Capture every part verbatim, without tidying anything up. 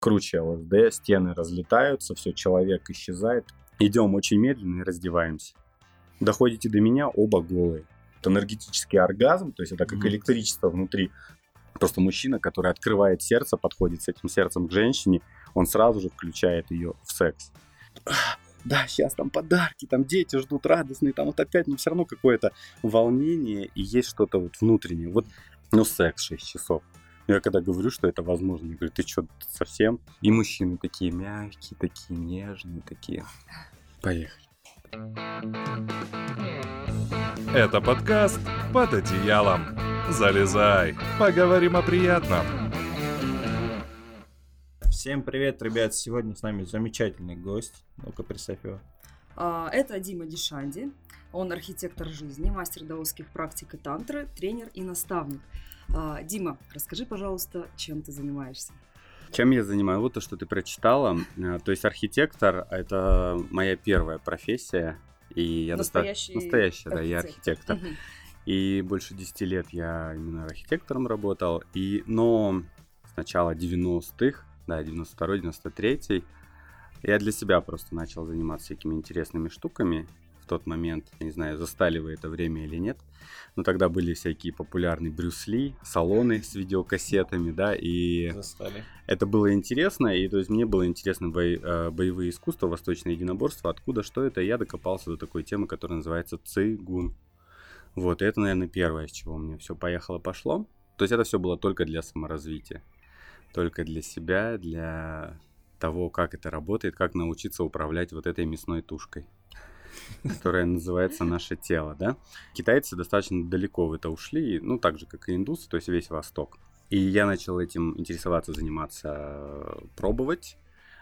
круче ЛСД, стены разлетаются, все, человек исчезает. Идем очень медленно и раздеваемся. Доходите до меня, оба голые. Это энергетический оргазм, то есть это как mm-hmm. электричество внутри. Просто мужчина, который открывает сердце, подходит с этим сердцем к женщине, он сразу же включает ее в секс. Да, сейчас там подарки, там дети ждут радостные, там вот опять, но все равно какое-то волнение и есть что-то вот внутреннее. Вот, ну, секс шесть часов. Я когда говорю, что это возможно, я говорю, ты что, совсем? И мужчины такие мягкие, такие нежные, такие. Поехали. Это подкаст «Под одеялом». Залезай, поговорим о приятном. Всем привет, ребят! Сегодня с нами замечательный гость. Ну-ка, представь его. Это Дима Дишанди. Он архитектор жизни, мастер даосских практик и тантры, тренер и наставник. Дима, расскажи, пожалуйста, чем ты занимаешься? Чем я занимаюсь? Вот то, что ты прочитала. То есть архитектор – это моя первая профессия. И я Настоящий, доста... Настоящий да, я архитектор. Угу. И больше десяти лет я именно архитектором работал. И... Но с начала девяностых, да, девяносто второй девяносто третий, я для себя просто начал заниматься всякими интересными штуками. В тот момент, я не знаю, застали вы это время или нет, но тогда были всякие популярные Брюс Ли, салоны с видеокассетами, да, и застали. Это было интересно, и то есть мне было интересно бо- боевые искусства, восточное единоборство, откуда, что это, и я докопался до такой темы, которая называется цигун. Вот, и это, наверное, первое, с чего у меня все поехало-пошло. То есть это все было только для саморазвития, только для себя, для того, как это работает, как научиться управлять вот этой мясной тушкой, которая называется наше тело, да. Китайцы достаточно далеко в это ушли, ну, так же, как и индусы, то есть весь Восток. И я начал этим интересоваться, заниматься, пробовать,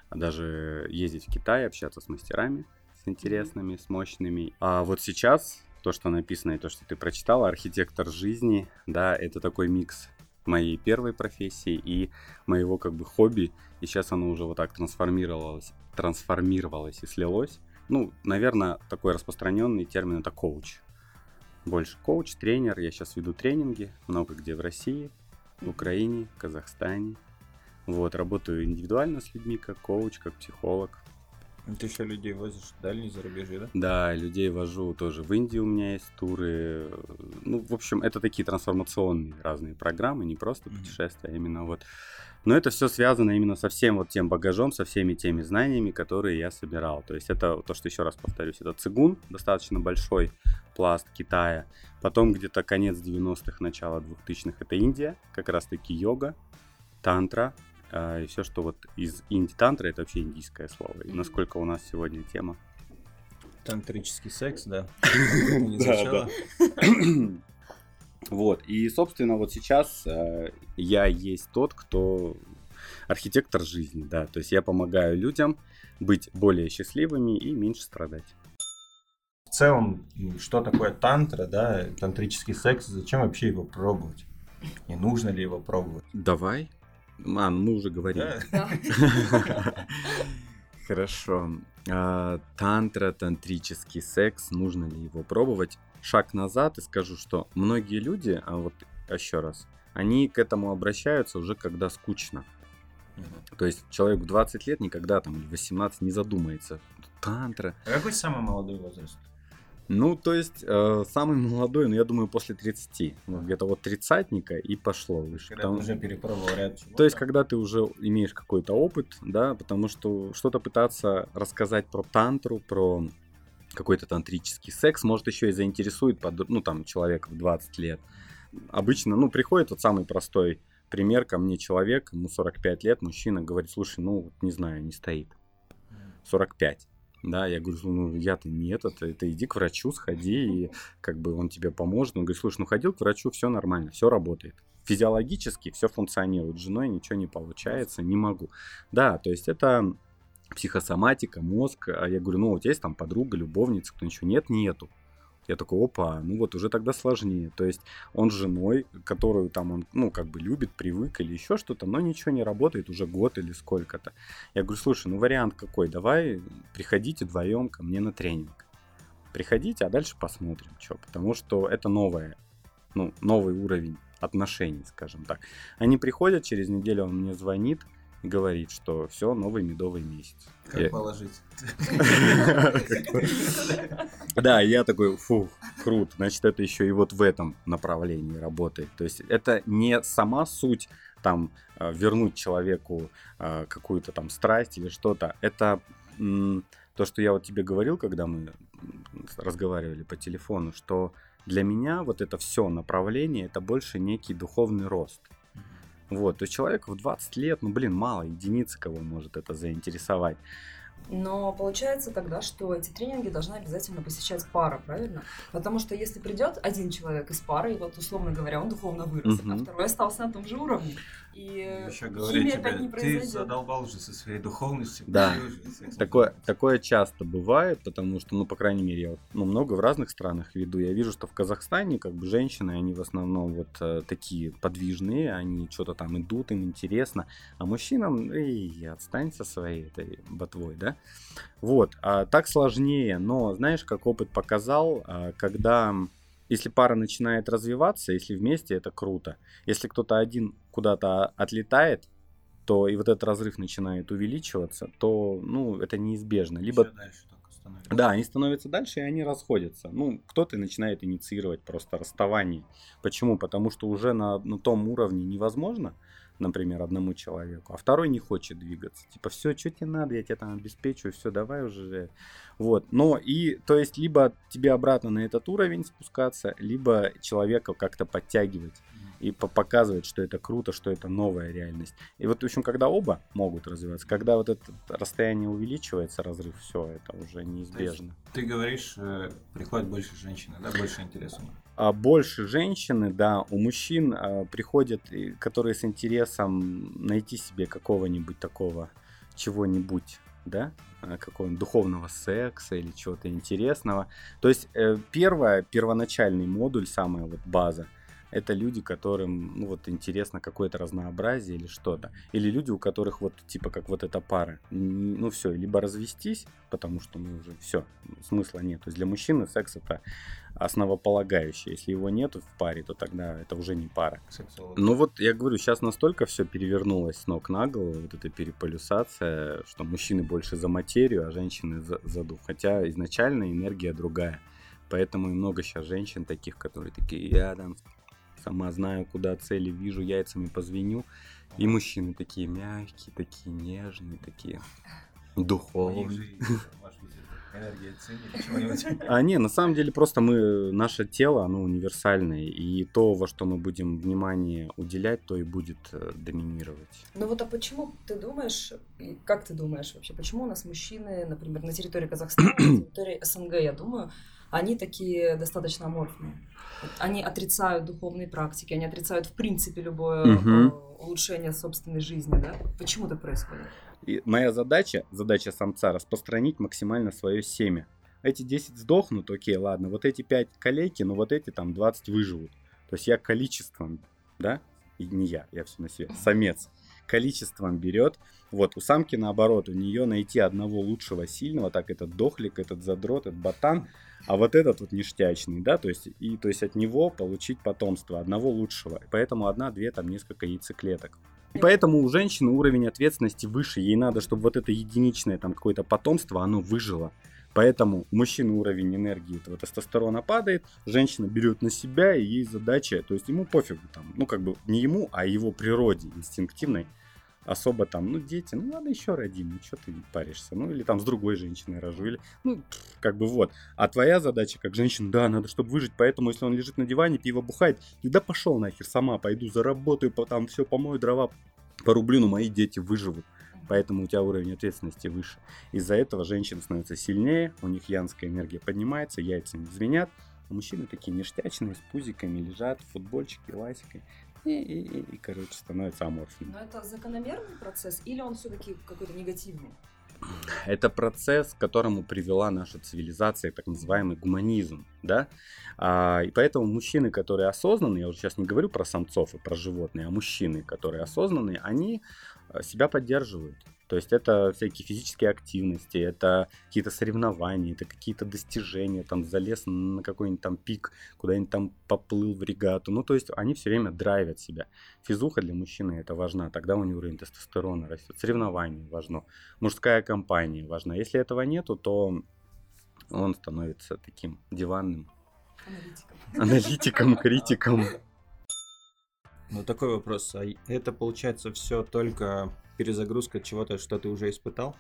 даже ездить в Китай, общаться с мастерами, с интересными, с мощными. А вот сейчас то, что написано и то, что ты прочитала, архитектор жизни, да, это такой микс моей первой профессии и моего как бы хобби, и сейчас оно уже вот так трансформировалось, трансформировалось и слилось. Ну, наверное, такой распространенный термин — это коуч. Больше коуч, тренер. Я сейчас веду тренинги много где в России, в Украине, в Казахстане. Вот, работаю индивидуально с людьми, как коуч, как психолог. Ты еще людей возишь в дальние зарубежья, да? Да, людей вожу тоже в Индию, у меня есть туры. Ну, в общем, это такие трансформационные разные программы, не просто путешествия, а именно вот. Но это все связано именно со всем вот тем багажом, со всеми теми знаниями, которые я собирал. То есть это то, что, еще раз повторюсь, это цигун, достаточно большой пласт Китая. Потом где-то конец девяностых, начало двухтысячных — это Индия, как раз-таки йога, тантра. И все, что вот из инди-тантра, это вообще индийское слово. И насколько у нас сегодня тема? Тантрический секс, да. Вот, и, собственно, вот сейчас э, я есть тот, кто архитектор жизни, да, то есть я помогаю людям быть более счастливыми и меньше страдать. В целом, что такое тантра, да, тантрический секс, зачем вообще его пробовать? И нужно ли его пробовать? Давай. А, мы уже говорили. Хорошо. Тантра, тантрический секс, нужно ли его пробовать? Шаг назад и скажу, что многие люди, а вот еще раз, они к этому обращаются уже когда скучно. Uh-huh. То есть человек в двадцать лет никогда там в восемнадцать не задумается. Тантра. А какой самый молодой возраст? Ну, то есть, э, самый молодой, ну, я думаю, после тридцати. Ну, где-то вот тридцатника и пошло выше. Когда потому... ты уже перепробовал ряд чего-то. То есть, когда ты уже имеешь какой-то опыт, да, потому что что-то пытаться рассказать про тантру, про какой-то тантрический секс, может, еще и заинтересует, ну, там, человека в двадцать лет. Обычно, ну, приходит вот самый простой пример, ко мне человек, ему сорок пять лет, мужчина, говорит: слушай, ну, вот, не знаю, не стоит. сорок пять. Да, я говорю: ну, я-то не этот, это иди к врачу, сходи, и как бы он тебе поможет. Он говорит: слушай, ну, ходил к врачу, все нормально, все работает. Физиологически все функционирует, с женой ничего не получается, не могу. Да, то есть это психосоматика, мозг. А я говорю: ну, у тебя есть там подруга, любовница, кто ничего? Нет, нету. Я такой: опа, ну вот уже тогда сложнее. То есть он с женой, которую там он, ну, как бы любит, привык или еще что-то, но ничего не работает уже год или сколько-то. Я говорю: слушай, ну вариант какой? Давай приходите вдвоем ко мне на тренинг. Приходите, а дальше посмотрим, что. Потому что это новое, ну, новый уровень отношений, скажем так. Они приходят, через неделю он мне звонит, и говорит, что все, новый медовый месяц. Как Я- положить? Да, я такой, фу, круто, значит, это еще и вот в этом направлении работает. То есть это не сама суть, там, э, вернуть человеку э, какую-то там страсть или что-то. Это м, то, что я вот тебе говорил, когда мы м, разговаривали по телефону, что для меня вот это все направление, это больше некий духовный рост. Вот, то есть человек в двадцать лет, ну, блин, мало, единицы кого может это заинтересовать. Но получается тогда, что эти тренинги должна обязательно посещать пара, правильно? Потому что если придет один человек из пары, и вот, условно говоря, он духовно вырос, Мгм. а второй остался на том же уровне, и Еще говорю химия тебе, опять не ты произойдет. задолбал уже со своей духовностью. Да. ты уже с этим Такое, занимаешься. такое часто бывает, потому что, ну, по крайней мере, я вот, ну, много в разных странах веду. Я вижу, что в Казахстане, как бы, женщины, они в основном вот э, такие подвижные, они что-то там идут, им интересно. А мужчинам, эй, отстань со своей этой ботвой, да? Вот, а так сложнее, но знаешь, как опыт показал, а, когда, м, если пара начинает развиваться, если вместе, это круто. Если кто-то один куда-то отлетает, то и вот этот разрыв начинает увеличиваться, то, ну, это неизбежно. Либо, Ещё дальше только становится. да, они становятся дальше, и они расходятся. Ну, кто-то начинает инициировать просто расставание. Почему? Потому что уже на, на том уровне невозможно, например, одному человеку, а второй не хочет двигаться. Типа, все, что тебе надо, я тебя там обеспечу, все, давай уже. Вот. Но и, то есть, либо тебе обратно на этот уровень спускаться, либо человека как-то подтягивать и по- показывать, что это круто, что это новая реальность. И вот, в общем, когда оба могут развиваться, когда вот это расстояние увеличивается, разрыв, все, это уже неизбежно. Ты говоришь, э, приходит больше женщин, да, больше интереса. А больше женщины, да, у мужчин а, приходят, и- которые с интересом найти себе какого-нибудь такого чего-нибудь, да, а, какого-нибудь духовного секса или чего-то интересного. То есть э, первое, первоначальный модуль, самая вот база, это люди, которым, ну, вот интересно какое-то разнообразие или что-то. Или люди, у которых вот типа как вот эта пара. Н- Ну все, либо развестись, потому что ну уже все, смысла нет. То есть для мужчины секс это основополагающее. Если его нету в паре, то тогда это уже не пара. Сексолог. Ну вот я говорю, сейчас настолько все перевернулось с ног на голову, вот эта переполюсация, что мужчины больше за материю, а женщины за, за дух. Хотя изначально энергия другая. Поэтому и много сейчас женщин таких, которые такие, я там сама знаю, куда цели вижу, яйцами позвеню. И мужчины такие мягкие, такие нежные, такие У них духовные. же, может быть, это энергия цени, чего-нибудь. А не, на самом деле просто мы, наше тело, оно универсальное, и то, во что мы будем внимание уделять, то и будет э, доминировать. Ну вот а почему ты думаешь, и как ты думаешь вообще, почему у нас мужчины, например, на территории Казахстана, на территории СНГ, я думаю, они такие достаточно аморфные? Вот они отрицают духовные практики, они отрицают в принципе любое Мгм. э, улучшение собственной жизни, да? Почему так происходит? И моя задача, задача самца, распространить максимально свое семя. Эти десять сдохнут, окей, ладно, вот эти пять калеки, но вот эти там двадцать выживут. То есть я количеством, да, и не я, я все на себе, самец, количеством берет. Вот, у самки наоборот, у нее найти одного лучшего, сильного, так этот дохлик, этот задрот, этот ботан, а вот этот вот ништячный, да, то есть, и, то есть от него получить потомство, одного лучшего. Поэтому одна, две, там несколько яйцеклеток. И поэтому у женщины уровень ответственности выше, ей надо, чтобы вот это единичное там какое-то потомство, оно выжило. Поэтому у мужчины уровень энергии этого тестостерона падает, женщина берет на себя, и ей задача, то есть ему пофигу там, ну как бы не ему, а его природе инстинктивной, особо там, ну дети, ну ладно еще родим, ну что ты паришься, ну или там с другой женщиной рожу, или, ну как бы вот. А твоя задача как женщина, да, надо чтобы выжить, поэтому если он лежит на диване, пиво бухает, ты да пошел нахер, сама пойду заработаю, по- там все помою, дрова порублю, но мои дети выживут. Поэтому у тебя уровень ответственности выше. Из-за этого женщины становятся сильнее, у них янская энергия поднимается, яйцами звенят. А мужчины такие ништячные, с пузиками лежат, футбольчики, ласикой. И, и, и, и, короче, становятся аморфными. Но это закономерный процесс или он все-таки какой-то негативный? Это процесс, к которому привела наша цивилизация, так называемый гуманизм, да, а, и поэтому мужчины, которые осознанные, я уже сейчас не говорю про самцов и про животные, а мужчины, которые осознанные, они себя поддерживают, То есть это всякие физические активности, это какие-то соревнования, это какие-то достижения, там залез на какой-нибудь там пик, куда-нибудь там поплыл в регату. Ну, то есть они все время драйвят себя. Физуха для мужчины это важна, тогда у него уровень тестостерона растет. Соревнование важно, мужская компания важна. Если этого нету, то он становится таким диванным Аналитиком. аналитиком, критиком. Ну, такой вопрос. А это, получается, все только перезагрузка чего-то, что ты уже испытал?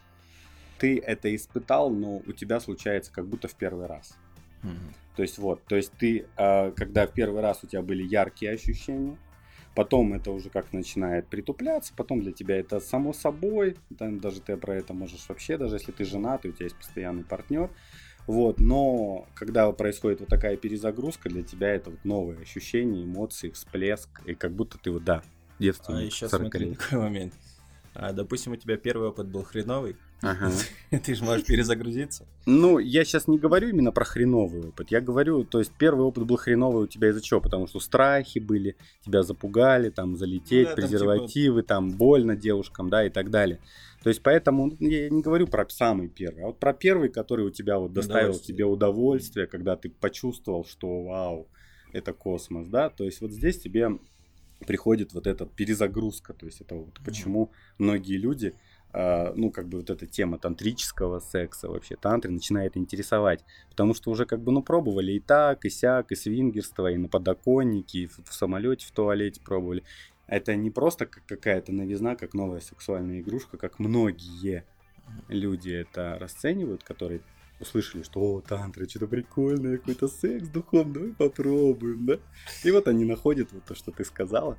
Ты это испытал, но у тебя случается как будто в первый раз. Угу. То есть вот, то есть ты, э, когда в первый раз у тебя были яркие ощущения, потом это уже как начинает притупляться, потом для тебя это само собой, там даже ты про это можешь вообще, даже если ты женат, и у тебя есть постоянный партнер, вот, но когда происходит вот такая перезагрузка, для тебя это вот новые ощущения, эмоции, всплеск, и как будто ты вот, да, девственник. А еще смотри, такой момент. А, допустим, у тебя первый опыт был хреновый, Ага. ты же можешь перезагрузиться. Ну, я сейчас не говорю именно про хреновый опыт. Я говорю, то есть первый опыт был хреновый у тебя из-за чего? Потому что страхи были, тебя запугали, там, залететь, Ну да, там презервативы, там, больно девушкам, да, и так далее. То есть поэтому я не говорю про самый первый, а вот про первый, который у тебя вот доставил тебе удовольствие, когда ты почувствовал, что вау, это космос, да. То есть вот здесь тебе приходит вот эта перезагрузка. То есть это вот почему многие люди... Uh, ну, как бы вот эта тема тантрического секса, вообще тантры начинает интересовать, потому что уже как бы, ну, пробовали и так, и сяк, и свингерство, и на подоконнике, и в, в самолете, в туалете пробовали. Это не просто как какая-то новизна, как новая сексуальная игрушка, как многие люди это расценивают, которые услышали, что о, тантра, что-то прикольное, какой-то секс духом, давай попробуем, да? И вот они находят вот то, что ты сказала,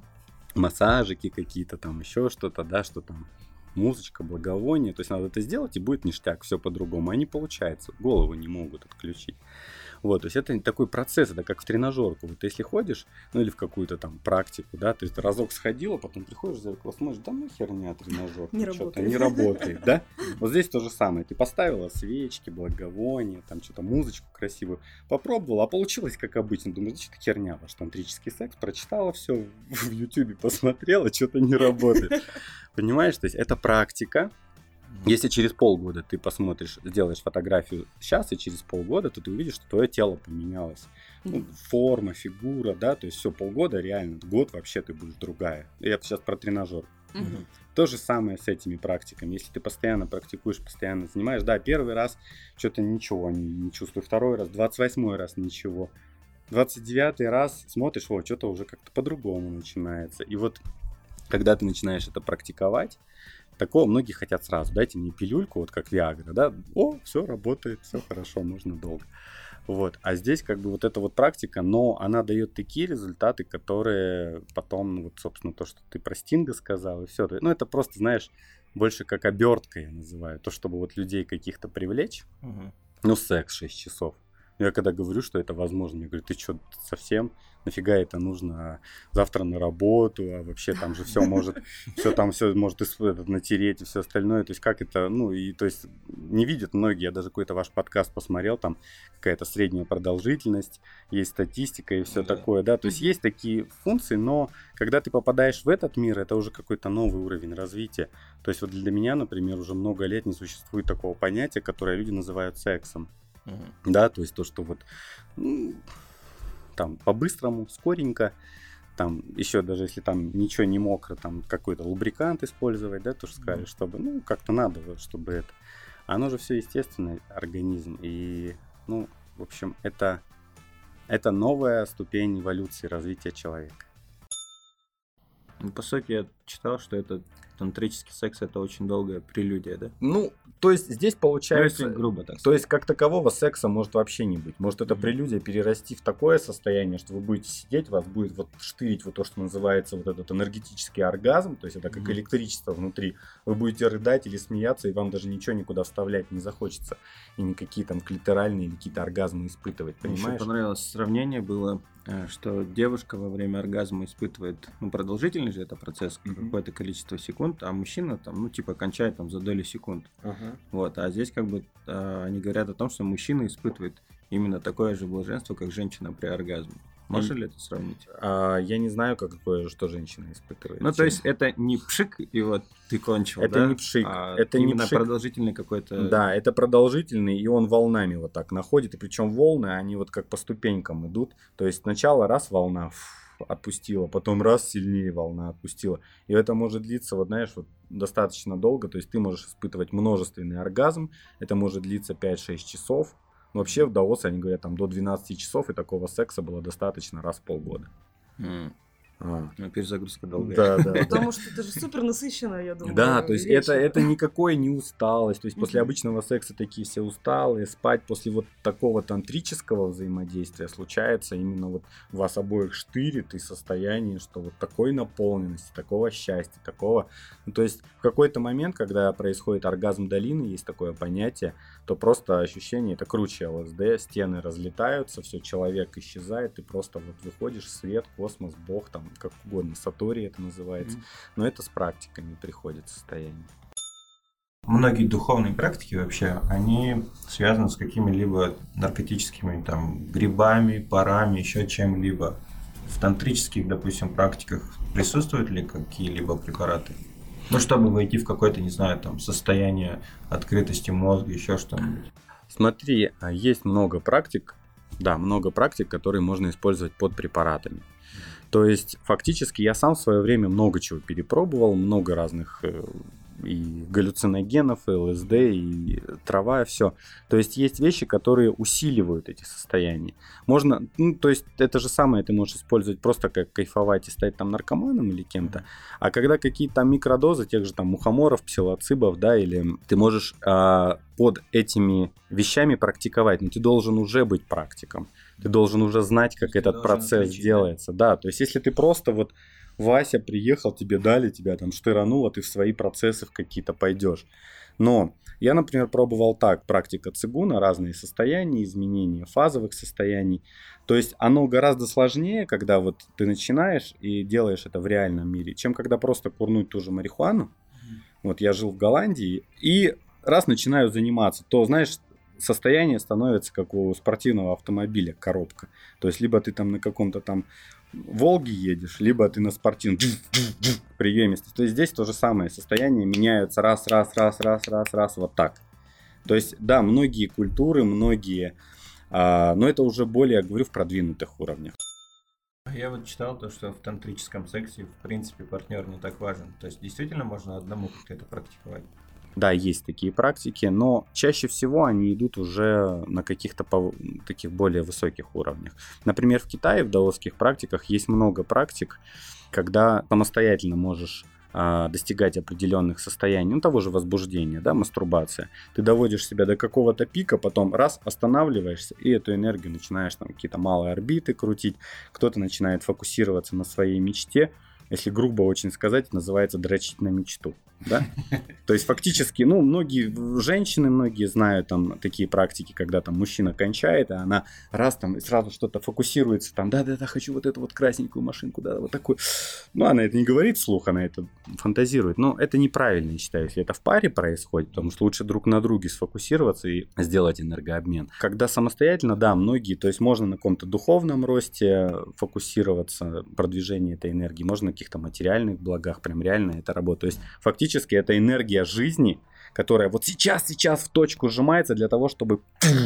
массажики какие-то там, еще что-то, да, что там музычка, благовоние, то есть надо это сделать, и будет ништяк, все по-другому. А не получается, голову не могут отключить. Вот, то есть это такой процесс, это как в тренажерку. Вот если ходишь, ну или в какую-то там практику, да, то есть разок сходила, потом приходишь в зеркало, смотришь, да ну херня тренажерка, не что-то работает. не работает, да? Вот здесь то же самое. Ты поставила свечки, благовония, там что-то музычку красивую, попробовала, а получилось как обычно. Думаешь, да что-то херня, ваш тантрический секс, прочитала все в ютубе, посмотрела, что-то не работает. Понимаешь, то есть это практика. Если через полгода ты посмотришь, сделаешь фотографию сейчас, и через полгода, то ты увидишь, что твое тело поменялось. Ну, форма, фигура, да, то есть все, полгода реально, год вообще ты будешь другая. И это сейчас про тренажер. Мгм. То же самое с этими практиками. Если ты постоянно практикуешь, постоянно занимаешь, да, первый раз что-то ничего не, не чувствую, второй раз, двадцать восьмой раз ничего, двадцать девятый раз смотришь, вот, что-то уже как-то по-другому начинается. И вот, когда ты начинаешь это практиковать, такого многие хотят сразу. Дайте мне пилюльку, вот как Виагра, да, о, все работает, все хорошо, можно долго. Вот. А здесь как бы вот эта вот практика, но она дает такие результаты, которые потом, ну, вот, собственно, то, что ты про Стинга сказал, и все. Ну, это просто, знаешь, больше как обертка, я называю. То, чтобы вот людей каких-то привлечь. Угу. Ну, секс шесть часов. Я когда говорю, что это возможно, я говорю, ты что, совсем? Нафига это нужно? Завтра на работу, а вообще там же все может, все там все может этот, натереть и все остальное. То есть как это, ну и то есть не видят многие. Я даже какой-то ваш подкаст посмотрел, там какая-то средняя продолжительность, есть статистика и все Да. такое, да. То есть есть такие функции, но когда ты попадаешь в этот мир, это уже какой-то новый уровень развития. То есть вот для меня, например, уже много лет не существует такого понятия, которое люди называют сексом. Угу. Да, то есть то, что вот ну, там по-быстрому, скоренько, там еще даже если там ничего не мокро, там какой-то лубрикант использовать, да, то, что сказали, чтобы, ну, как-то надо, вот, чтобы это. Оно же все естественный организм, и, ну, в общем, это, это новая ступень эволюции развития человека. Ну, по сути, я читал, что это тантрический секс — это очень долгая прелюдия, да? Ну, то есть здесь Ну, получается... если грубо так То сказать. есть, как такового секса может вообще не быть. Может, эта Мгм. прелюдия перерасти в такое состояние, что вы будете сидеть, вас будет вот штырить вот то, что называется вот этот энергетический оргазм, то есть это как Мгм. электричество внутри. Вы будете рыдать или смеяться, и вам даже ничего никуда вставлять не захочется. И никакие там клиторальные или какие-то оргазмы испытывать, Мне еще понимаешь? понравилось сравнение было, э, что девушка во время оргазма испытывает, ну, продолжительный же это процесс, Мгм. какое-то количество секунд, а мужчина там, ну, типа, кончает там за доли секунд. Вот, а здесь как бы э, они говорят о том, что мужчина испытывает именно такое же блаженство, как женщина при оргазме. Можно ли это сравнить? А, я не знаю, как такое, что женщина испытывает. Ну, то есть это не пшик, и вот ты кончил, это да? не пшик, а это именно не пшик. Продолжительный какой-то... Да, это продолжительный, и он волнами вот так находит, и причем волны, они вот как по ступенькам идут. То есть сначала раз волна фу, отпустила, потом раз сильнее волна отпустила. И это может длиться, вот знаешь, вот достаточно долго. То есть ты можешь испытывать множественный оргазм, это может длиться пять-шесть часов. Вообще в даосе они говорят там до двенадцати часов, и такого секса было достаточно раз в полгода. Mm. А. Ну, перезагрузка долгая. Да, да, Потому что это же супер насыщенно, я думаю. Да, то есть это, это никакой не усталость. То есть после обычного секса такие все усталые, спать после вот такого тантрического взаимодействия случается именно вот вас обоих штырит и состояние, что вот такой наполненности, такого счастья, такого... Ну, то есть в какой-то момент, когда происходит оргазм долины, есть такое понятие, то просто ощущение, это круче ЛСД, стены разлетаются, все, человек исчезает, ты просто вот выходишь в свет, космос, Бог, там, как угодно, сатори это называется, mm-hmm. но это с практиками приходит состояние. Многие духовные практики вообще, они связаны с какими-либо наркотическими там грибами, парами, еще чем-либо. В тантрических, допустим, практиках присутствуют ли какие-либо препараты? Ну, чтобы войти в какое-то, не знаю, там, состояние открытости мозга, еще что-нибудь. Смотри, есть много практик, да, много практик, которые можно использовать под препаратами. То есть, фактически, я сам в свое время много чего перепробовал, много разных и галлюциногенов, и ЛСД, и трава, все. То есть, есть вещи, которые усиливают эти состояния. Можно, ну, то есть, это же самое ты можешь использовать просто как кайфовать и стать там наркоманом или кем-то. А когда какие-то там микродозы тех же там мухоморов, псилоцибов, да, или ты можешь а, под этими вещами практиковать, но ты должен уже быть практиком. Ты должен уже знать, как ты этот процесс отличить, делается. Да? Да, то есть, если ты просто вот Вася приехал, тебе дали, тебя там штырануло, ты в свои процессы в какие-то пойдешь. Но я, например, пробовал так, практика цигуна, разные состояния, изменения фазовых состояний. То есть оно гораздо сложнее, когда вот ты начинаешь и делаешь это в реальном мире, чем когда просто курнуть ту же марихуану. Mm-hmm. Вот я жил в Голландии, и раз начинаю заниматься, то, знаешь, состояние становится как у спортивного автомобиля, коробка. То есть либо ты там на каком-то там Волге едешь, либо ты на спортивном приемистой. То есть здесь то же самое, состояние меняются раз, раз, раз, раз, раз, раз, вот так. То есть, да, многие культуры, многие, а, но это уже более, говорю, в продвинутых уровнях. Я вот читал то, что в тантрическом сексе, в принципе, партнер не так важен. То есть, действительно можно одному как-то это практиковать. Да, есть такие практики, но чаще всего они идут уже на каких-то пов... таких более высоких уровнях. Например, в Китае в даосских практиках есть много практик, когда самостоятельно можешь а, достигать определенных состояний, ну, того же возбуждения, да, мастурбация. Ты доводишь себя до какого-то пика, потом раз, останавливаешься, и эту энергию начинаешь там какие-то малые орбиты крутить, кто-то начинает фокусироваться на своей мечте. Если грубо очень сказать, это называется дрочить на мечту. Да? То есть фактически, ну, многие женщины, многие знают там такие практики, когда там мужчина кончает, а она раз там сразу что-то фокусируется, там, да-да-да, хочу вот эту вот красненькую машинку, да, вот такую. Ну, она это не говорит вслух, она это фантазирует. Но это неправильно, я считаю, если это в паре происходит, потому что лучше друг на друге сфокусироваться и сделать энергообмен. Когда самостоятельно, да, многие, то есть можно на каком-то духовном росте фокусироваться, продвижение этой энергии, можно на каких-то материальных благах, прям реально это работает. То есть фактически это энергия жизни, которая вот сейчас, сейчас в точку сжимается для того, чтобы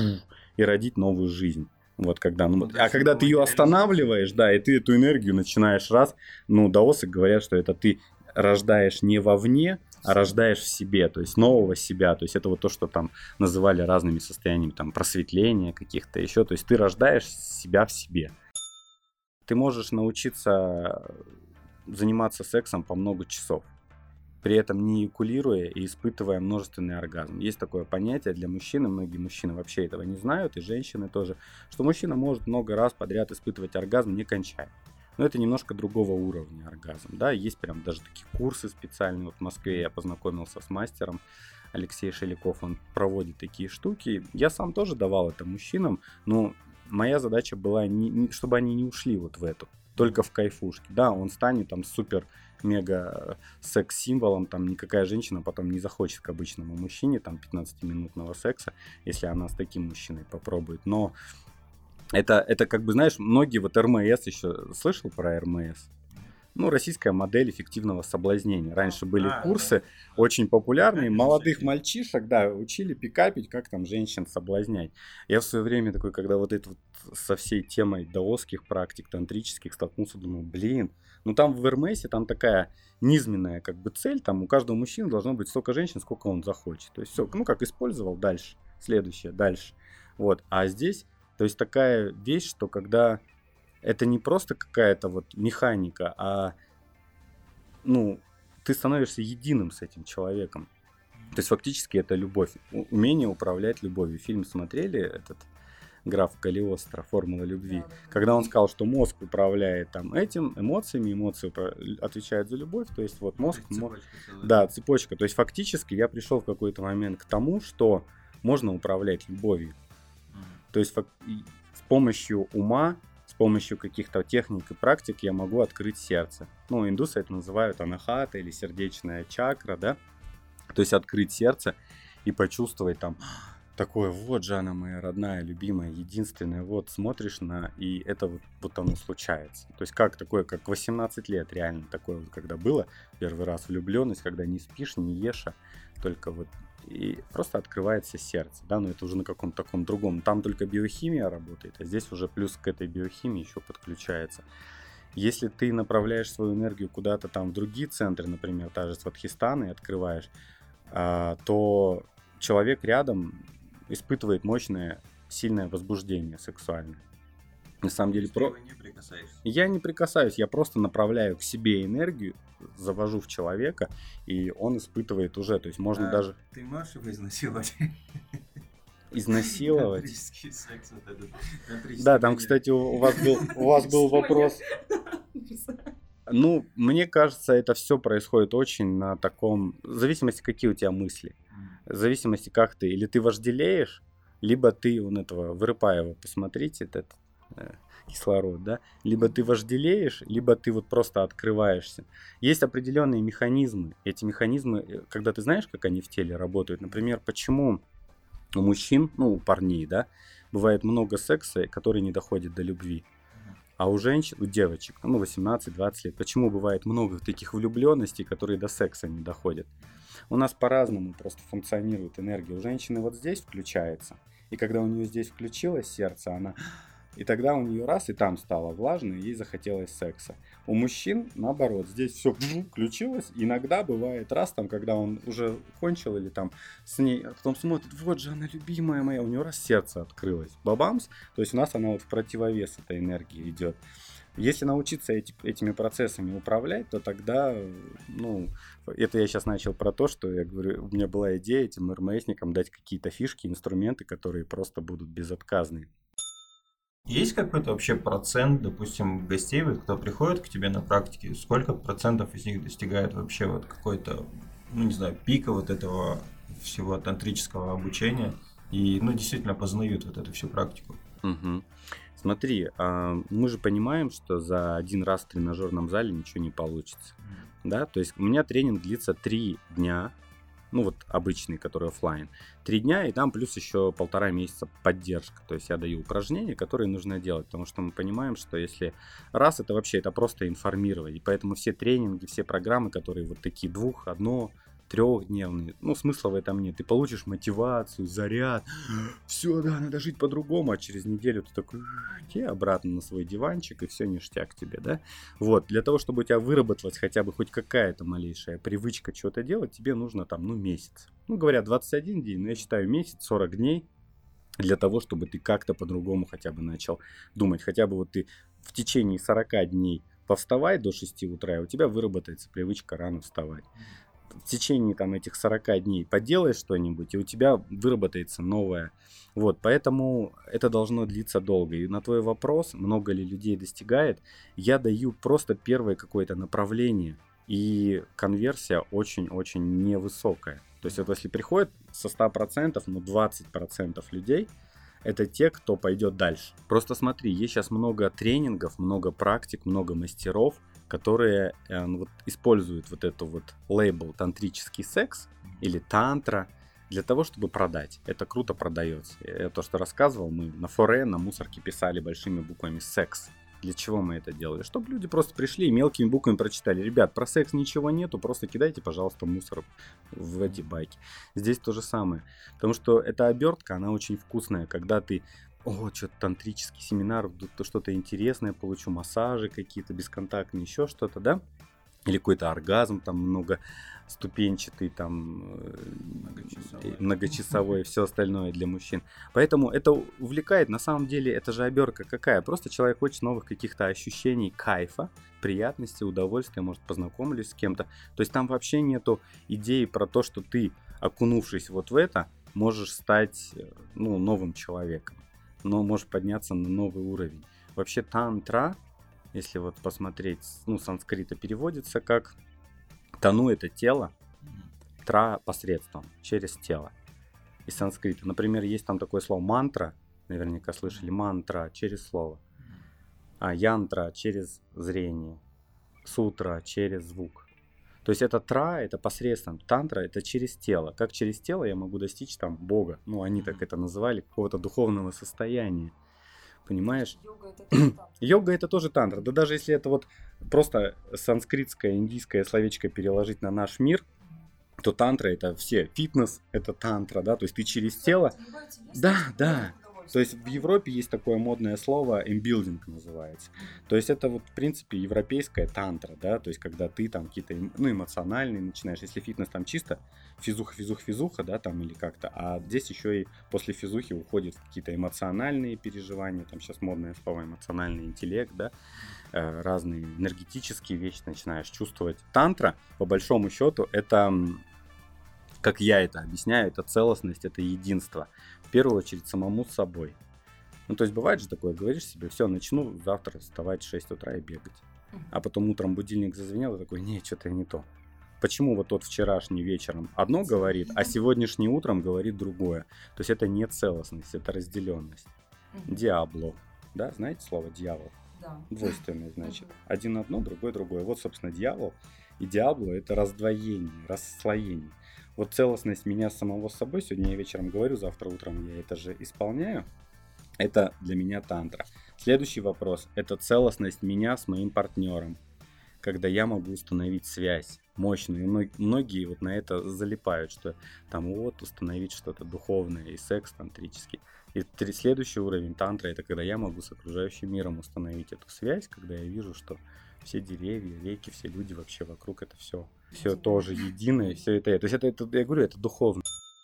и родить новую жизнь. Вот когда, ну, а когда ты ее останавливаешь, да, и ты эту энергию начинаешь раз, ну, даосы говорят, что это ты рождаешь не вовне, а рождаешь в себе, то есть нового себя, то есть это вот то, что там называли разными состояниями, там, просветления каких-то еще, то есть ты рождаешь себя в себе. Ты можешь научиться заниматься сексом по много часов, при этом не эякулируя и испытывая множественный оргазм. Есть такое понятие для мужчины, многие мужчины вообще этого не знают, и женщины тоже, что мужчина может много раз подряд испытывать оргазм, не кончая. Но это немножко другого уровня оргазм. Да? Есть прям даже такие курсы специальные. Вот в Москве я познакомился с мастером, Алексей Шеляков, он проводит такие штуки. Я сам тоже давал это мужчинам, но моя задача была, не, чтобы они не ушли вот в эту, только в кайфушке. Да, он станет там супер мега секс-символом, там никакая женщина потом не захочет к обычному мужчине там пятнадцатиминутного секса, если она с таким мужчиной попробует. Но Это, это как бы, знаешь, многие вот эр эм эс еще, слышал про эр эм эс? Ну, российская модель эффективного соблазнения. Раньше были А, курсы да. очень популярные, Пикапить молодых всякие. мальчишек, да, учили пикапить, как там женщин соблазнять. Я в свое время такой, когда вот это вот со всей темой даосских практик, тантрических столкнулся, думаю, блин, ну там в эр эм эс там такая низменная как бы цель, там у каждого мужчины должно быть столько женщин, сколько он захочет. То есть все, ну как использовал, дальше, следующее, дальше. Вот, а здесь, то есть такая вещь, что когда это не просто какая-то вот механика, а ну, ты становишься единым с этим человеком. То есть фактически это любовь, у- умение управлять любовью. Фильм смотрели этот граф Калиостро, «Формула любви», Да, да, да. когда он сказал, что мозг управляет там этим, эмоциями, эмоции упра- отвечают за любовь, то есть вот мозг... мо- Да, цепочка. То есть фактически я пришел в какой-то момент к тому, что можно управлять любовью. То есть фак- и с помощью ума, с помощью каких-то техник и практик я могу открыть сердце. Ну, индусы это называют анахата или сердечная чакра, да? То есть открыть сердце и почувствовать там такое, вот же она моя родная, любимая, единственная, вот смотришь на, и это вот, вот оно случается. То есть как такое, как восемнадцать лет реально такое вот, когда было, первый раз влюбленность, когда не спишь, не ешь, а только вот и просто открывается сердце, да, но это уже на каком-то таком другом. Там только биохимия работает, а здесь уже плюс к этой биохимии еще подключается. Если ты направляешь свою энергию куда-то там в другие центры, например, та же Свадхистана, и открываешь, а, то человек рядом испытывает мощное, сильное возбуждение сексуальное. На самом деле, про... не прикасаешься. я не прикасаюсь, я просто направляю к себе энергию, завожу в человека, и он испытывает уже, то есть можно А, даже Ты можешь его изнасиловать? изнасиловать. Тантрический секс вот этот. тантрический Да, там, маньяк. кстати, у у вас был, у вас был вопрос. Ну, мне кажется, это все происходит очень на таком... В зависимости, какие у тебя мысли. М. В зависимости, как ты. Или ты вожделеешь, либо ты, вон этого, Вырыпаева, посмотрите, этот э, кислород, да? Либо ты вожделеешь, либо ты вот просто открываешься. Есть определенные механизмы. Эти механизмы, э, когда ты знаешь, как они в теле работают, например, почему у мужчин, ну, у парней, да, бывает много секса, который не доходит до любви. А у женщин, у девочек, ну, восемнадцать-двадцать лет, почему бывает много таких влюбленностей, которые до секса не доходят? У нас по-разному просто функционирует энергия. У женщины вот здесь включается, и когда у нее здесь включилось сердце, она... И тогда у нее раз, и там стало влажно, и ей захотелось секса. У мужчин, наоборот, здесь все включилось. Иногда бывает раз, там, когда он уже кончил или там с ней, а потом смотрит, вот же она любимая моя, у него раз сердце открылось. Бабамс, то есть у нас она вот в противовес этой энергии идет. Если научиться эти, этими процессами управлять, то тогда, ну, это я сейчас начал про то, что я говорю, у меня была идея этим эр эм эсникам дать какие-то фишки, инструменты, которые просто будут безотказны. Есть какой-то вообще процент, допустим, гостей, вот, кто приходит к тебе на практике, сколько процентов из них достигает вообще вот какой-то, ну не знаю, пика вот этого всего тантрического обучения и, ну, действительно познают вот эту всю практику? Угу. Смотри, а, мы же понимаем, что за один раз в тренажерном зале ничего не получится, да, то есть у меня тренинг длится три дня, ну вот обычный, который офлайн, три дня, и там плюс еще полтора месяца поддержка, то есть я даю упражнения, которые нужно делать, потому что мы понимаем, что если раз, это вообще, это просто информировать, и поэтому все тренинги, все программы, которые вот такие двух, одно, трехдневные, ну смысла в этом нет, ты получишь мотивацию, заряд, все, да, надо жить по-другому, а через неделю ты такой, иди обратно на свой диванчик, и все ништяк тебе, да, вот, для того, чтобы у тебя выработалась хотя бы хоть какая-то малейшая привычка что-то делать, тебе нужно там, ну, месяц, ну, говорят, двадцать один день, но я считаю месяц, сорок дней, для того, чтобы ты как-то по-другому хотя бы начал думать, хотя бы вот ты в течение сорок дней повставай до шести утра, и у тебя выработается привычка рано вставать. В течение там этих сорок дней поделаешь что-нибудь, и у тебя выработается новое. Вот, поэтому это должно длиться долго. И на твой вопрос, много ли людей достигает, я даю просто первое какое-то направление, и конверсия очень-очень невысокая. То есть вот если приходит со ста процентов, ну двадцать процентов людей, это те, кто пойдет дальше. Просто смотри, есть сейчас много тренингов, много практик, много мастеров, которые э, вот, используют вот эту вот лейбл тантрический секс или тантра, для того, чтобы продать. Это круто продается. Я то, что рассказывал, мы на форе, на мусорке писали большими буквами «секс». Для чего мы это делали? Чтобы люди просто пришли и мелкими буквами прочитали. Ребят, про секс ничего нету, просто кидайте, пожалуйста, мусор в эти байки. Здесь то же самое. Потому что эта обертка, она очень вкусная. Когда ты, о, что-то тантрический семинар, то что-то интересное получу, массажи какие-то бесконтактные, еще что-то, да? Или какой-то оргазм, там многоступенчатый, там многочасовой, многочасовой, все остальное для мужчин. Поэтому это увлекает. На самом деле, это же обертка какая? Просто человек хочет новых каких-то ощущений, кайфа, приятности, удовольствия, может, познакомились с кем-то. То есть там вообще нету идеи про то, что ты, окунувшись вот в это, можешь стать, ну, новым человеком, но можешь подняться на новый уровень. Вообще тантра, если вот посмотреть, ну, с санскрита переводится как тану — это тело, тра — посредством, через тело. Из санскрита, например, есть там такое слово мантра, наверняка слышали, мантра через слово, а янтра через зрение, сутра через звук. То есть это тра, это посредством, тантра — это через тело. Как через тело я могу достичь там Бога, ну, они так это называли, какого-то духовного состояния. Понимаешь? Йога это тоже тантра. Йога это тоже тантра. Да даже если это вот просто санскритское, индийское словечко переложить на наш мир, то тантра это все. Фитнес это тантра, да, то есть ты через тело. Да, да. То есть в Европе есть такое модное слово эмбилдинг называется. То есть это вот в принципе европейская тантра, да, то есть когда ты там какие-то, ну, эмоциональные начинаешь, если фитнес там чисто физуха, физуха, физуха, да, там или как-то, а здесь еще и после физухи уходят какие-то эмоциональные переживания, там сейчас модное слово эмоциональный интеллект, да, э, разные энергетические вещи начинаешь чувствовать. Тантра, по большому счету, это, как я это объясняю, это целостность, это единство. В первую очередь самому с собой. Ну, то есть бывает же такое, говоришь себе, все, начну завтра вставать в шесть утра и бегать. А потом утром будильник зазвенел и такой, не, что-то не то. Почему вот тот вчерашний вечером одно говорит, а сегодняшний утром говорит другое? То есть это не целостность, это разделенность. Диабло. Да, знаете слово дьявол? Да. Двойственное, значит. Один одно, другой другое. Вот, собственно, дьявол и диабло — это раздвоение, расслоение. Вот целостность меня самого с собой, сегодня я вечером говорю, завтра утром я это же исполняю, это для меня тантра. Следующий вопрос – это целостность меня с моим партнером, когда я могу установить связь мощную. И многие вот на это залипают, что там вот установить что-то духовное и секс тантрический. И следующий уровень тантра – это когда я могу с окружающим миром установить эту связь, когда я вижу, что все деревья, реки, все люди вообще вокруг, это все, все тоже единое, все это. То есть это, это, я говорю, это духовно.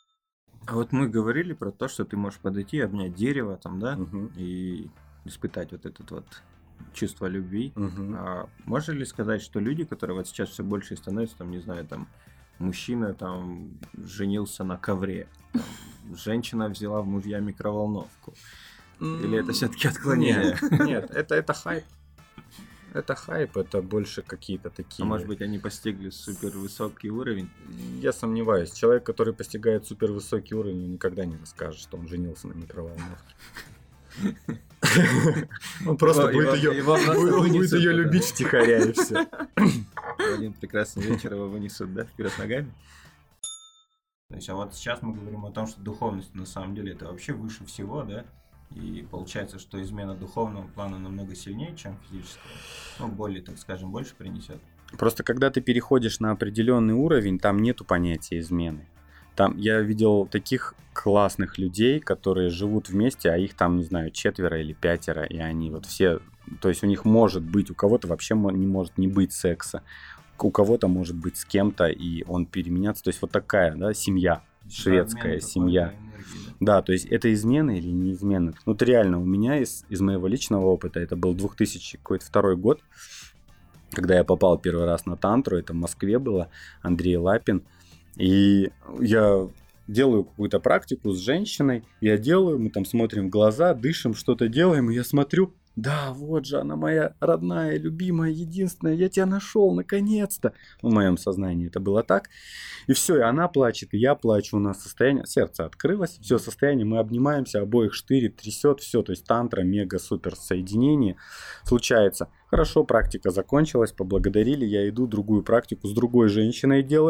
А вот мы говорили про то, что ты можешь подойти, обнять дерево там, да, Угу. и испытать вот это вот чувство любви. Угу. А можно ли сказать, что люди, которые вот сейчас все больше становятся, там, не знаю, там, мужчина там женился на ковре, там, женщина взяла в мужья микроволновку, или это все-таки отклонение? Нет, нет, это, это хайп. Это хайп, это больше какие-то такие... А может быть, они постигли супервысокий уровень? Я сомневаюсь. Человек, который постигает супервысокий уровень, никогда не расскажет, что он женился на микроволновке. Он просто будет ее любить втихаря и все. Один прекрасный вечер его вынесут, да, вперед ногами? То есть, а вот сейчас мы говорим о том, что духовность на самом деле это вообще выше всего, да? И получается, что измена духовного плана намного сильнее, чем физического. Ну, более, так скажем, больше принесет. Просто когда ты переходишь на определенный уровень, там нету понятия измены. Там я видел таких классных людей, которые живут вместе, а их там, не знаю, четверо или пятеро, и они вот все... То есть у них может быть, у кого-то вообще не может не быть секса, у кого-то может быть с кем-то, и он переменяться. То есть вот такая, да, семья, шведская семья. Да, то есть это измена или не измена? Ну, это реально у меня из, из моего личного опыта, это был две тысячи второй год, когда я попал первый раз на тантру, это в Москве было, Андрей Лапин, и я делаю какую-то практику с женщиной, я делаю, мы там смотрим в глаза, дышим, что-то делаем, и я смотрю, да, вот же она моя родная, любимая, единственная, я тебя нашел, наконец-то. В моем сознании это было так. И все, и она плачет, и я плачу, у нас состояние, сердце открылось, все состояние, мы обнимаемся, обоих штырит, трясет, все, то есть тантра, мега-супер соединение случается. Хорошо, практика закончилась, поблагодарили, я иду другую практику с другой женщиной делаю,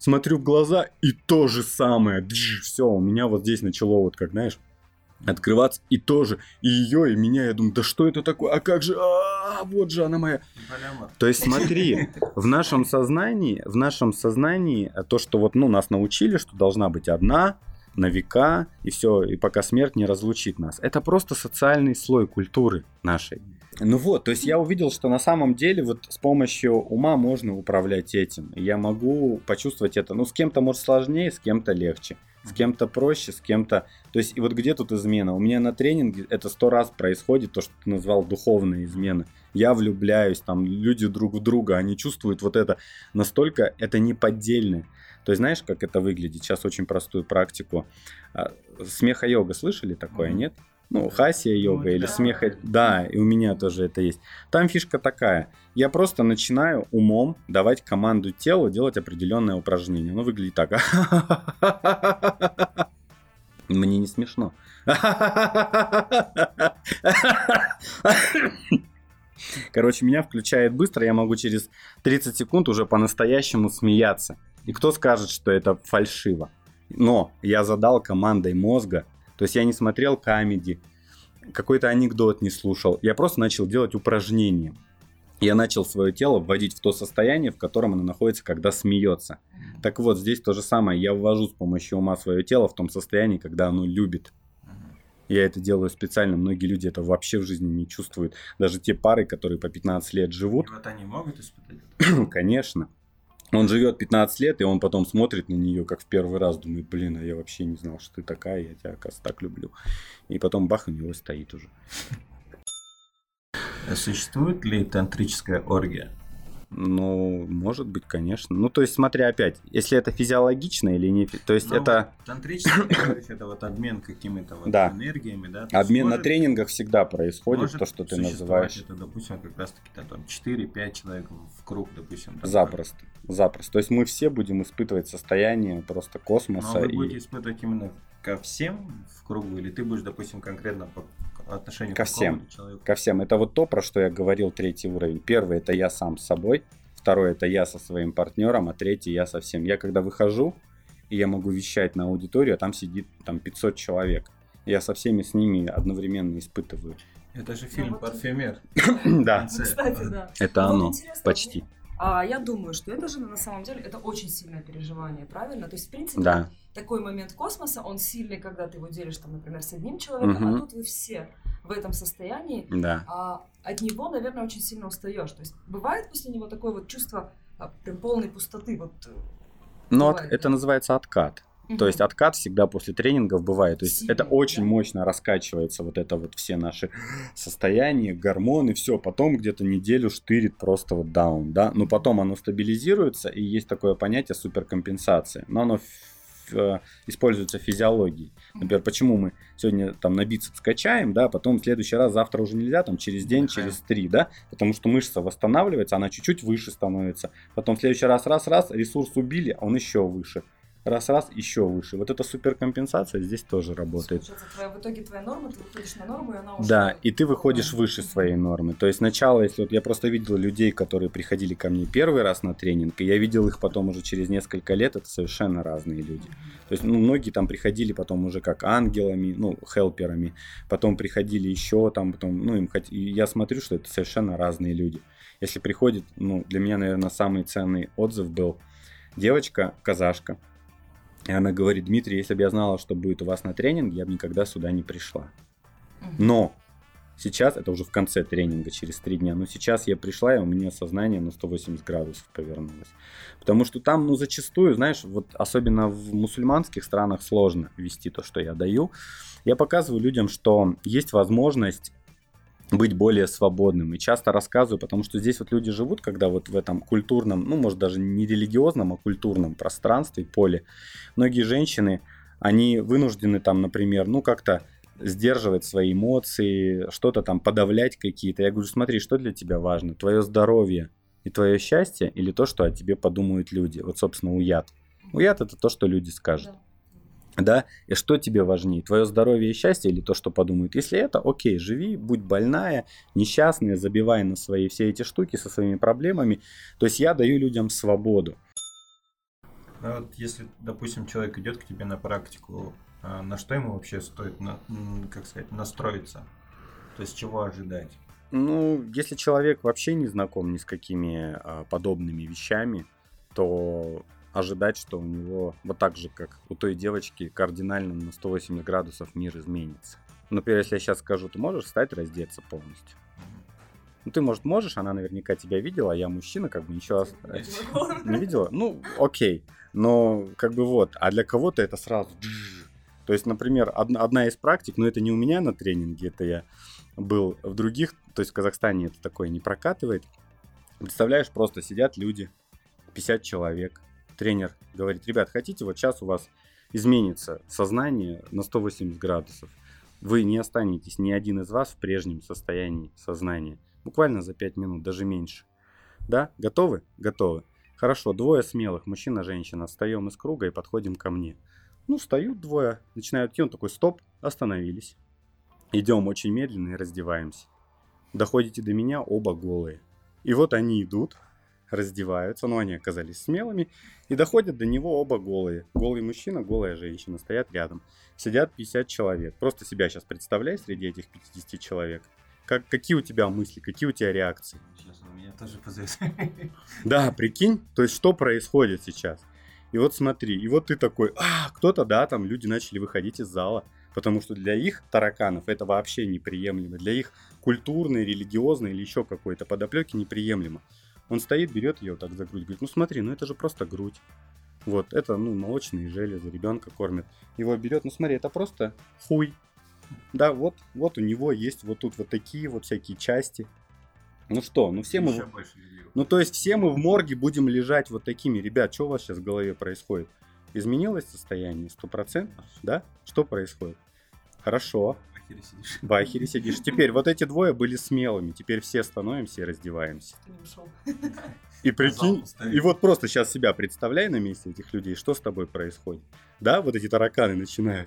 смотрю в глаза, и то же самое. Все, у меня вот здесь начало вот, как знаешь, открываться, и тоже, и ее, и меня, я думаю, да что это такое, а как же, а вот же она моя. То есть смотри, в нашем сознании, в нашем сознании то, что вот, ну, нас научили, что должна быть одна, на века, и все, и пока смерть не разлучит нас. Это просто социальный слой культуры нашей. Ну вот, то есть я увидел, что на самом деле вот с помощью ума можно управлять этим. Я могу почувствовать это, ну, с кем-то может сложнее, с кем-то легче. С кем-то проще, с кем-то... То есть, и вот где тут измена? У меня на тренинге это сто раз происходит, то, что ты назвал духовная измена. Я влюбляюсь, там, люди друг в друга, они чувствуют вот это настолько... Это неподдельное. То есть, знаешь, как это выглядит? Сейчас очень простую практику. Смеха-йога слышали такое, mm-hmm. нет? Ну, хасия-йога ну, или да. смеха... Да, и у меня тоже это есть. Там фишка такая. Я просто начинаю умом давать команду телу делать определенное упражнение. Оно выглядит так. Мне не смешно. Короче, меня включает быстро. Я могу через тридцать секунд уже по-настоящему смеяться. И кто скажет, что это фальшиво? Но я задал командой мозга. То есть я не смотрел комедий, какой-то анекдот не слушал. Я просто начал делать упражнения. Я начал свое тело вводить в то состояние, в котором оно находится, когда смеется. Так вот, здесь то же самое. Я ввожу с помощью ума свое тело в том состоянии, когда оно любит. Я это делаю специально. Многие люди это вообще в жизни не чувствуют. Даже те пары, которые по пятнадцать лет живут. И вот они могут испытать? Конечно. Он живет пятнадцать лет, и он потом смотрит на нее, как в первый раз, думает, блин, а я вообще не знал, что ты такая, я тебя, оказывается, так люблю. И потом бах, у него стоит уже. Существует ли тантрическая оргия? Ну, может быть, конечно. Ну, то есть, смотря опять, если это физиологично или не... То есть, ну, это... Тантрическая это вот обмен какими-то вот да. энергиями, да? Обмен может, на тренингах всегда происходит, то, что ты называешь. Это, допустим, как раз-таки там четыре-пять человек в круг, допустим. Там, запросто, как... запросто. То есть, мы все будем испытывать состояние просто космоса. Но вы и... будете испытывать именно ко всем в кругу, или ты будешь, допустим, конкретно по отношению ко к всем, человеку? Ко всем. Это вот то, про что я говорил, третий уровень. Первый — это я сам с собой. Второй — это я со своим партнером, а третий — я со всем. Я когда выхожу, и я могу вещать на аудиторию, а там сидит там пятьсот человек. Я со всеми с ними одновременно испытываю. Это же фильм «Парфюмер». Да, кстати, да. Это оно, почти. А я думаю, что это же на самом деле это очень сильное переживание, правильно? То есть, в принципе, да. такой момент космоса, он сильный, когда ты его делишь, там, например, с одним человеком, угу. а тут вы все в этом состоянии, да. а от него, наверное, очень сильно устаешь. То есть, бывает после него такое вот чувство прям полной пустоты. Вот, ну, бывает, это да? называется откат. Угу. То есть откат всегда после тренингов бывает. То есть сильный, это очень да? мощно раскачивается вот это вот все наши состояния, гормоны, все. Потом где-то неделю штырит просто вот даун, да. Но потом оно стабилизируется, и есть такое понятие суперкомпенсация. Но оно ф- используется в физиологии. Например, почему мы сегодня там на бицепс качаем, да, потом в следующий раз, завтра уже нельзя, там через день, okay. через три, да, потому что мышца восстанавливается, она чуть-чуть выше становится. Потом в следующий раз, раз-раз, ресурс убили, а он еще выше. Раз-раз, еще выше. Вот эта суперкомпенсация здесь тоже работает. Получается, твоя, в итоге твоя норма, ты выходишь на норму, и она уже... Да, и ты выходишь выше своей нормы. То есть сначала, если вот я просто видел людей, которые приходили ко мне первый раз на тренинг, и я видел их потом уже через несколько лет, это совершенно разные люди. То есть, ну, многие там приходили потом уже как ангелами, ну, хелперами, потом приходили еще там, потом, ну, им хот... и я смотрю, что это совершенно разные люди. Если приходит, ну, для меня, наверное, самый ценный отзыв был девочка, казашка. И она говорит: Дмитрий, если бы я знала, что будет у вас на тренинге, я бы никогда сюда не пришла. Но сейчас, это уже в конце тренинга, через три дня, но сейчас я пришла, и у меня сознание на сто восемьдесят градусов повернулось. Потому что там, ну, зачастую, знаешь, вот особенно в мусульманских странах сложно вести то, что я даю. Я показываю людям, что есть возможность быть более свободным. И часто рассказываю, потому что здесь вот люди живут, когда вот в этом культурном, ну, может, даже не религиозном, а культурном пространстве, поле. Многие женщины, они вынуждены там, например, ну, как-то сдерживать свои эмоции, что-то там подавлять какие-то. Я говорю: смотри, что для тебя важно? Твое здоровье и твое счастье или то, что о тебе подумают люди? Вот, собственно, уят. Уят — это то, что люди скажут. Да, и что тебе важнее, твое здоровье и счастье или то, что подумают? Если это, окей, живи, будь больная, несчастная, забивай на свои все эти штуки со своими проблемами. То есть я даю людям свободу. А вот если, допустим, человек идет к тебе на практику, а на что ему вообще стоит, на, как сказать, настроиться? То есть чего ожидать? Ну, если человек вообще не знаком ни с какими а, подобными вещами, то ожидать, что у него вот так же, как у той девочки, кардинально на сто восемьдесят градусов мир изменится. Например, если я сейчас скажу, ты можешь встать, раздеться полностью? Ну, ты, может, можешь, она наверняка тебя видела, а я мужчина, как бы ничего не видела. Ну, окей. Но, как бы вот, а для кого-то это сразу... То есть, например, одна, одна из практик, но это не у меня на тренинге, это я был в других, то есть в Казахстане это такое не прокатывает. Представляешь, просто сидят люди, пятьдесят человек. Тренер говорит: ребят, хотите, вот сейчас у вас изменится сознание на сто восемьдесят градусов. Вы не останетесь, ни один из вас в прежнем состоянии сознания. Буквально за пять минут, даже меньше. Да? Готовы? Готовы. Хорошо, двое смелых, мужчина, женщина, встаем из круга и подходим ко мне. Ну, встают двое, начинают идти, он такой: стоп, остановились. Идем очень медленно и раздеваемся. Доходите до меня, оба голые. И вот они идут, раздеваются, но они оказались смелыми, и доходят до него оба голые. Голый мужчина, голая женщина стоят рядом. Сидят пятьдесят человек. Просто себя сейчас представляй среди этих пятидесяти человек. Как, какие у тебя мысли, какие у тебя реакции? Сейчас он меня тоже позовет. Да, прикинь, то есть что происходит сейчас? И вот смотри, и вот ты такой: а, кто-то, да, там люди начали выходить из зала, потому что для их тараканов это вообще неприемлемо, для их культурной, религиозной или еще какой-то подоплеки неприемлемо. Он стоит, берет ее вот так за грудь, говорит: ну смотри, ну это же просто грудь. Вот, это, ну, молочные железы, ребенка кормят. Его берет, ну смотри, это просто хуй. Да, вот, вот у него есть вот тут вот такие вот всякие части. Ну что, ну все мы... Ну то есть все мы в морге будем лежать вот такими. Ребят, что у вас сейчас в голове происходит? Изменилось состояние? Сто процентов? Да? Что происходит? Хорошо. В ахере сидишь. В ахере сидишь. Теперь вот эти двое были смелыми. Теперь все становимся и раздеваемся. И прикинь, и вот просто сейчас себя представляй на месте этих людей, что с тобой происходит. Да, вот эти тараканы начинают.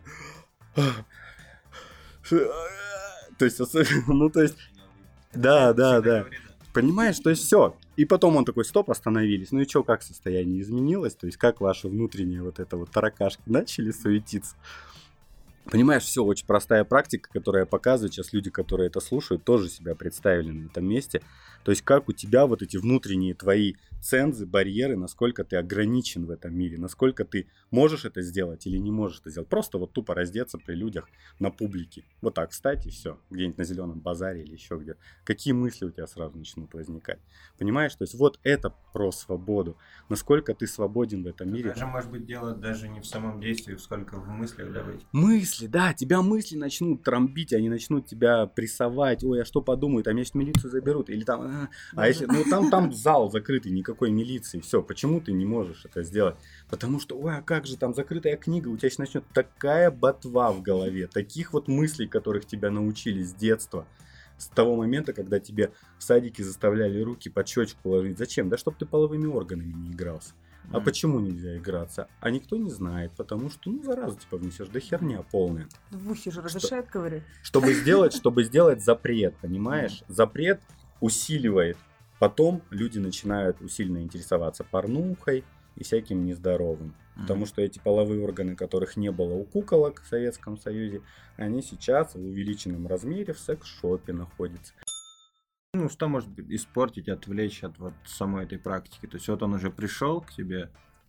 То есть, ну то есть, да, да, да. Понимаешь, то есть все. И потом он такой: стоп, остановились. Ну и что, как состояние изменилось? То есть как ваши внутренние вот это вот таракашки начали суетиться? Понимаешь, все, очень простая практика, которая показывает, сейчас люди, которые это слушают, тоже себя представили на этом месте. То есть как у тебя вот эти внутренние твои цензы, барьеры, насколько ты ограничен в этом мире, насколько ты можешь это сделать или не можешь это сделать. Просто вот тупо раздеться при людях на публике. Вот так встать и все, где-нибудь на зеленом базаре или еще где. Какие мысли у тебя сразу начнут возникать? Понимаешь, то есть вот это про свободу. Насколько ты свободен в этом мире. Даже может быть дело даже не в самом действии, сколько в мыслях давайте. Мысли, да, тебя мысли начнут трамбить, они начнут тебя прессовать. Ой, а что подумают, а меня сейчас милицию заберут. Или там, а, а если, ну там, там зал закрытый, никакой милиции. Все, почему ты не можешь это сделать? Потому что, ой, а как же там закрытая книга, у тебя сейчас начнет такая ботва в голове, таких вот мыслей, которых тебя научили с детства. С того момента, когда тебе в садике заставляли руки под щечку ложить. Зачем? Да чтобы ты половыми органами не игрался. А mm. почему нельзя играться? А никто не знает, потому что, ну, заразу типа внесешь, да херня полная. В ухе же разрешают говорить. Чтобы сделать, чтобы сделать запрет, понимаешь? Mm. Запрет усиливает. Потом люди начинают усиленно интересоваться порнухой и всяким нездоровым. Mm. Потому что эти половые органы, которых не было у куколок в Советском Союзе, они сейчас в увеличенном размере в секс-шопе находятся. Ну, что может испортить, отвлечь от вот самой этой практики? То есть вот он уже пришел к тебе.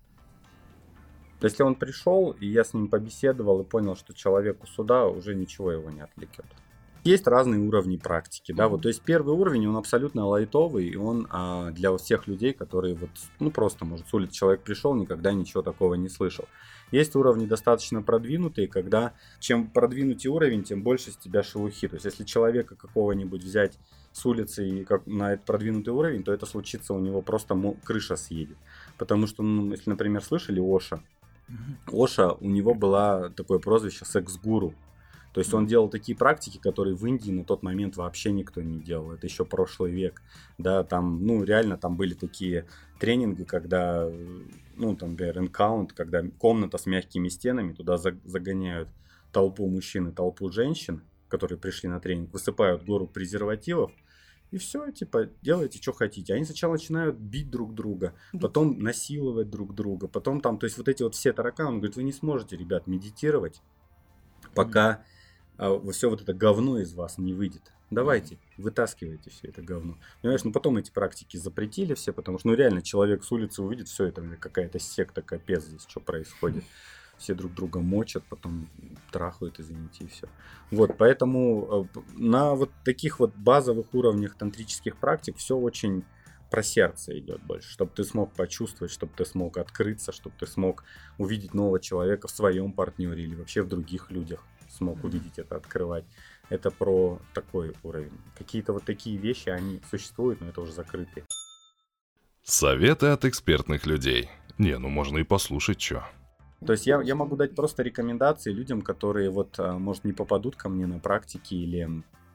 Если он пришел, и я с ним побеседовал и понял, что человеку сюда уже ничего его не отвлекет. Есть разные уровни практики, да, вот, то есть первый уровень, он абсолютно лайтовый, и он а, для всех людей, которые вот, ну, просто, может, с улицы человек пришел, никогда ничего такого не слышал. Есть уровни достаточно продвинутые, когда чем продвинутый уровень, тем больше с тебя шелухи, то есть если человека какого-нибудь взять с улицы и как на этот продвинутый уровень, то это случится, у него просто крыша съедет, потому что, ну, если, например, слышали Оша, Оша, у него было такое прозвище секс-гуру. То есть он делал такие практики, которые в Индии на тот момент вообще никто не делал. Это еще прошлый век. Да, там, ну, реально там были такие тренинги, когда, ну, там, например, энкаунт, когда комната с мягкими стенами, туда загоняют толпу мужчин и толпу женщин, которые пришли на тренинг, высыпают гору презервативов, И все, типа, делайте, что хотите. Они сначала начинают бить друг друга, Бить. потом насиловать друг друга, потом там, то есть вот эти вот все тараканы, он говорит, вы не сможете, ребят, медитировать, пока а, все вот это говно из вас не выйдет. Давайте, вытаскивайте все это говно. Понимаешь, ну потом эти практики запретили все, потому что, ну реально, человек с улицы увидит, все это какая-то секта, капец здесь, что происходит. Все друг друга мочат, потом трахают, извините, и все. Вот, поэтому на вот таких вот базовых уровнях тантрических практик все очень про сердце идет больше, чтобы ты смог почувствовать, чтобы ты смог открыться, чтобы ты смог увидеть нового человека в своем партнере или вообще в других людях смог увидеть это, открывать. Это про такой уровень. Какие-то вот такие вещи, они существуют, но это уже закрытые. Советы от экспертных людей. Не, ну можно и послушать, что. То есть я, я могу дать просто рекомендации людям, которые вот, может, не попадут ко мне на практики или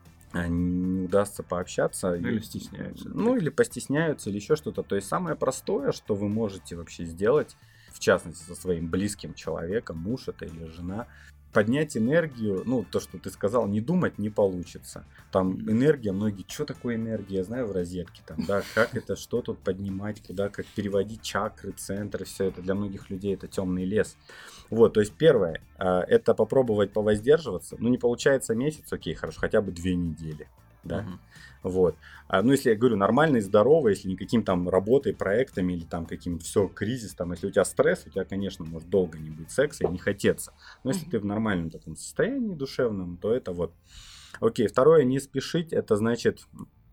не удастся пообщаться. Или стесняются. Ну, или постесняются, или еще что-то. То есть самое простое, что вы можете вообще сделать, в частности, со своим близким человеком, муж это или жена, поднять энергию, ну, то, что ты сказал, не думать не получится. Там энергия, многие, что такое энергия, я знаю в розетке, там, да, как это, что тут поднимать, куда, как переводить чакры, центры, все это для многих людей это темный лес. Вот, то есть первое, это попробовать повоздерживаться, ну, не получается месяц, окей, хорошо, хотя бы две недели, да. Uh-huh. Вот. А, ну, если я говорю нормально и здорово, если никаким там работой, проектами или там каким-то все, кризис, там, если у тебя стресс, у тебя, конечно, может долго не быть секса и не хотеться. Но если ты в нормальном таком состоянии душевном, то это вот. Окей, второе, не спешить, это значит,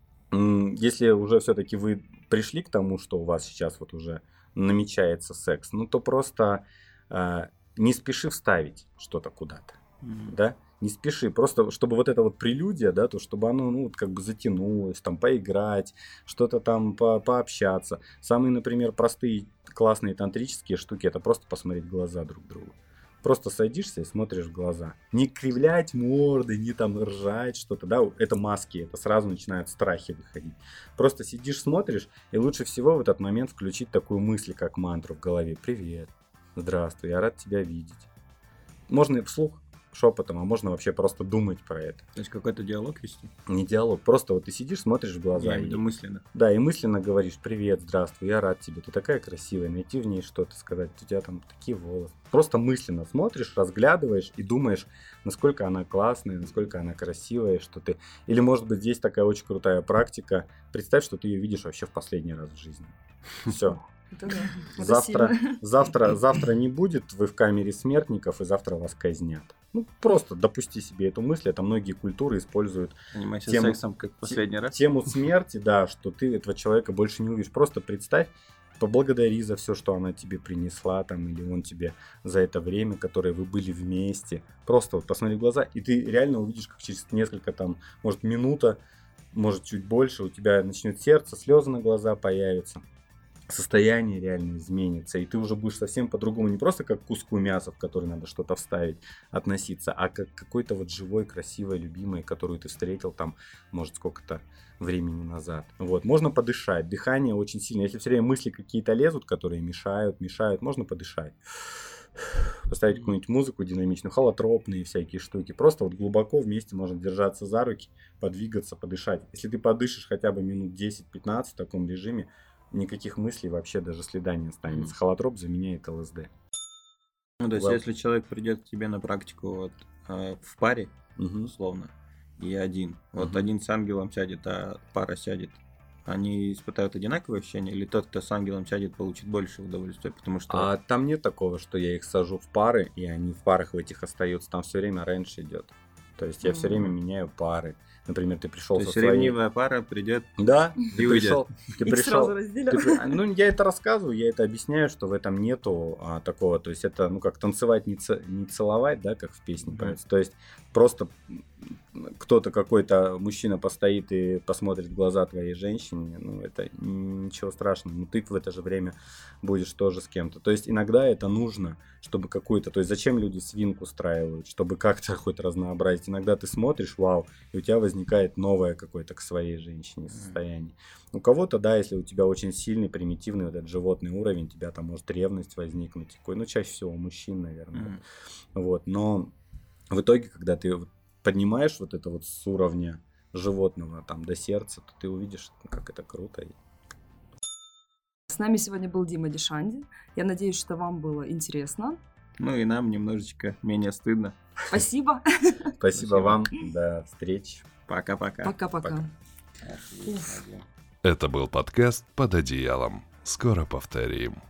если уже все-таки вы пришли к тому, что у вас сейчас вот уже намечается секс, ну, то просто э, не спеши вставить что-то куда-то, mm-hmm. да? Не спеши, просто чтобы вот эта вот прелюдия, да, то чтобы оно, ну, как бы затянулось, там, поиграть, что-то там по пообщаться. Самые, например, простые, классные тантрические штуки, это просто посмотреть в глаза друг другу. Просто садишься и смотришь в глаза. Не кривлять морды, не там ржать что-то, да, это маски, это сразу начинают страхи выходить. Просто сидишь, смотришь, и лучше всего в этот момент включить такую мысль, как мантру в голове. Привет, здравствуй, я рад тебя видеть. Можно и вслух, шепотом, а можно вообще просто думать про это. То есть какой-то диалог вести? Не диалог, просто вот ты сидишь, смотришь в глаза. Я имею в виду мысленно. Да, и мысленно говоришь: привет, здравствуй, я рад тебе, ты такая красивая, найти в ней что-то сказать, у тебя там такие волосы. Просто мысленно смотришь, разглядываешь и думаешь, насколько она классная, насколько она красивая, что ты... Или, может быть, здесь такая очень крутая практика. Представь, что ты ее видишь вообще в последний раз в жизни. Все. Это да. Это завтра, завтра, завтра не будет, вы в камере смертников, и завтра вас казнят. Ну, просто допусти себе эту мысль. Это многие культуры используют Занимайся тему, сексом как последний раз. Тему смерти, да, что ты этого человека больше не увидишь. Просто представь, поблагодари за все, что она тебе принесла, там, или он тебе за это время, которое вы были вместе. Просто вот посмотри в глаза, и ты реально увидишь, как через несколько, там, может, минута, может, чуть больше, у тебя начнет сердце, слезы на глаза появятся. Состояние реально изменится, и ты уже будешь совсем по-другому, не просто как к куску мяса, в который надо что-то вставить, относиться, а как какой-то вот живой, красивой, любимой, которую ты встретил там, может, сколько-то времени назад. Вот, можно подышать, дыхание очень сильно, если все время мысли какие-то лезут, которые мешают, мешают, можно подышать. Поставить какую-нибудь музыку динамичную, холотропные всякие штуки. Просто вот глубоко вместе можно держаться за руки, подвигаться, подышать. Если ты подышишь хотя бы минут десять-пятнадцать в таком режиме, никаких мыслей вообще даже следа не останется. Холотроп заменяет ЛСД. Ну, то есть, Well. если человек придет к тебе на практику вот, э, в паре, Угу. условно, и один, вот Мгм. один с ангелом сядет, а пара сядет, они испытают одинаковое ощущение, или тот, кто с ангелом сядет, получит больше удовольствия, потому что... А там нет такого, что я их сажу в пары, и они в парах в этих остаются. Там все время раньше идет. То есть я все время меняю пары. Например, ты пришел То со есть своей... ревнивая пара придет... Да, И ты уйдет. пришел, ты Их пришел, сразу разделят. ты при- ну, я это рассказываю, я это объясняю, что в этом нету а, такого, то есть это, ну, как танцевать, не, ц- не целовать, да, как в песне Мгм. поется. То есть просто кто-то, какой-то мужчина постоит и посмотрит в глаза твоей женщине, ну, это ничего страшного, но ты в это же время будешь тоже с кем-то. То есть иногда это нужно, чтобы какую-то, то есть зачем люди свинг устраивают, чтобы как-то хоть разнообразить. Иногда ты смотришь, вау, и у тебя возникает новое какое-то к своей женщине состояние. У кого-то, да, если у тебя очень сильный, примитивный вот этот животный уровень, у тебя там может ревность возникнуть, такой, ну, чаще всего у мужчин, наверное. Мгм. Вот, но в итоге, когда ты вот поднимаешь вот это вот с уровня животного там до сердца, то ты увидишь, как это круто. С нами сегодня был Дима Дишанди. Я надеюсь, что вам было интересно. Ну и нам немножечко менее стыдно. Спасибо. Спасибо вам. До встречи. Пока-пока. Пока-пока. Это был подкаст «Под одеялом». Скоро повторим.